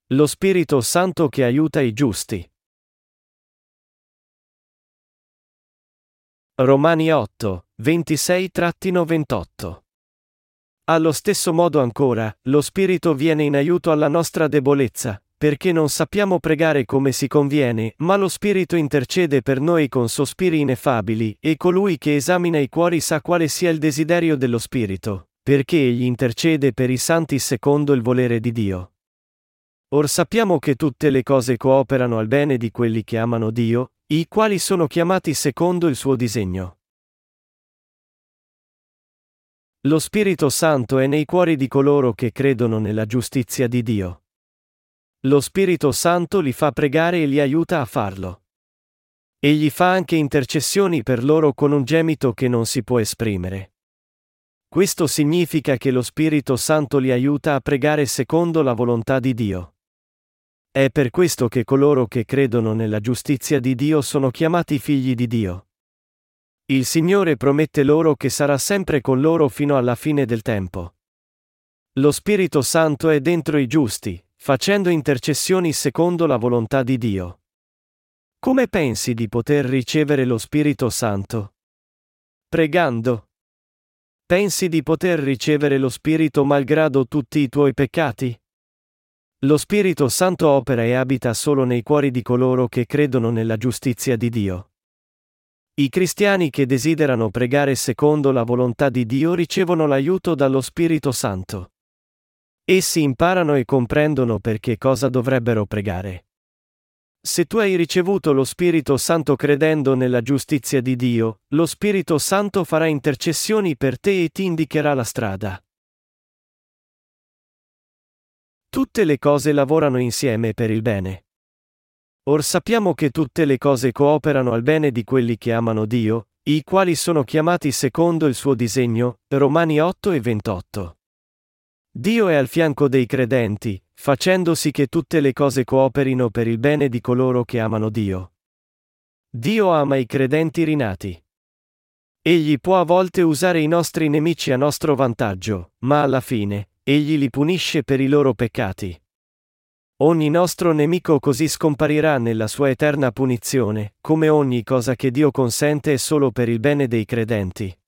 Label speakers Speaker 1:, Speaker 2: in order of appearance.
Speaker 1: Lo Spirito Santo che aiuta i giusti. Romani 8, 26-28. Allo stesso modo ancora, lo Spirito viene in aiuto alla nostra debolezza, perché non sappiamo pregare come si conviene, ma lo Spirito intercede per noi con sospiri ineffabili, e colui che esamina i cuori sa quale sia il desiderio dello Spirito, perché egli intercede per i santi secondo il volere di Dio. Or sappiamo che tutte le cose cooperano al bene di quelli che amano Dio, i quali sono chiamati secondo il suo disegno. Lo Spirito Santo è nei cuori di coloro che credono nella giustizia di Dio. Lo Spirito Santo li fa pregare e li aiuta a farlo. Egli fa anche intercessioni per loro con un gemito che non si può esprimere. Questo significa che lo Spirito Santo li aiuta a pregare secondo la volontà di Dio. È per questo che coloro che credono nella giustizia di Dio sono chiamati figli di Dio. Il Signore promette loro che sarà sempre con loro fino alla fine del tempo. Lo Spirito Santo è dentro i giusti, facendo intercessioni secondo la volontà di Dio. Come pensi di poter ricevere lo Spirito Santo? Pregando. Pensi di poter ricevere lo Spirito malgrado tutti i tuoi peccati? Lo Spirito Santo opera e abita solo nei cuori di coloro che credono nella giustizia di Dio. I cristiani che desiderano pregare secondo la volontà di Dio ricevono l'aiuto dallo Spirito Santo. Essi imparano e comprendono per che cosa dovrebbero pregare. Se tu hai ricevuto lo Spirito Santo credendo nella giustizia di Dio, lo Spirito Santo farà intercessioni per te e ti indicherà la strada. Tutte le cose lavorano insieme per il bene. Or sappiamo che tutte le cose cooperano al bene di quelli che amano Dio, i quali sono chiamati secondo il suo disegno. Romani 8 e 28. Dio è al fianco dei credenti, facendo sì che tutte le cose cooperino per il bene di coloro che amano Dio. Dio ama i credenti rinati. Egli può a volte usare i nostri nemici a nostro vantaggio, ma alla fine, egli li punisce per i loro peccati. Ogni nostro nemico così scomparirà nella sua eterna punizione, come ogni cosa che Dio consente è solo per il bene dei credenti.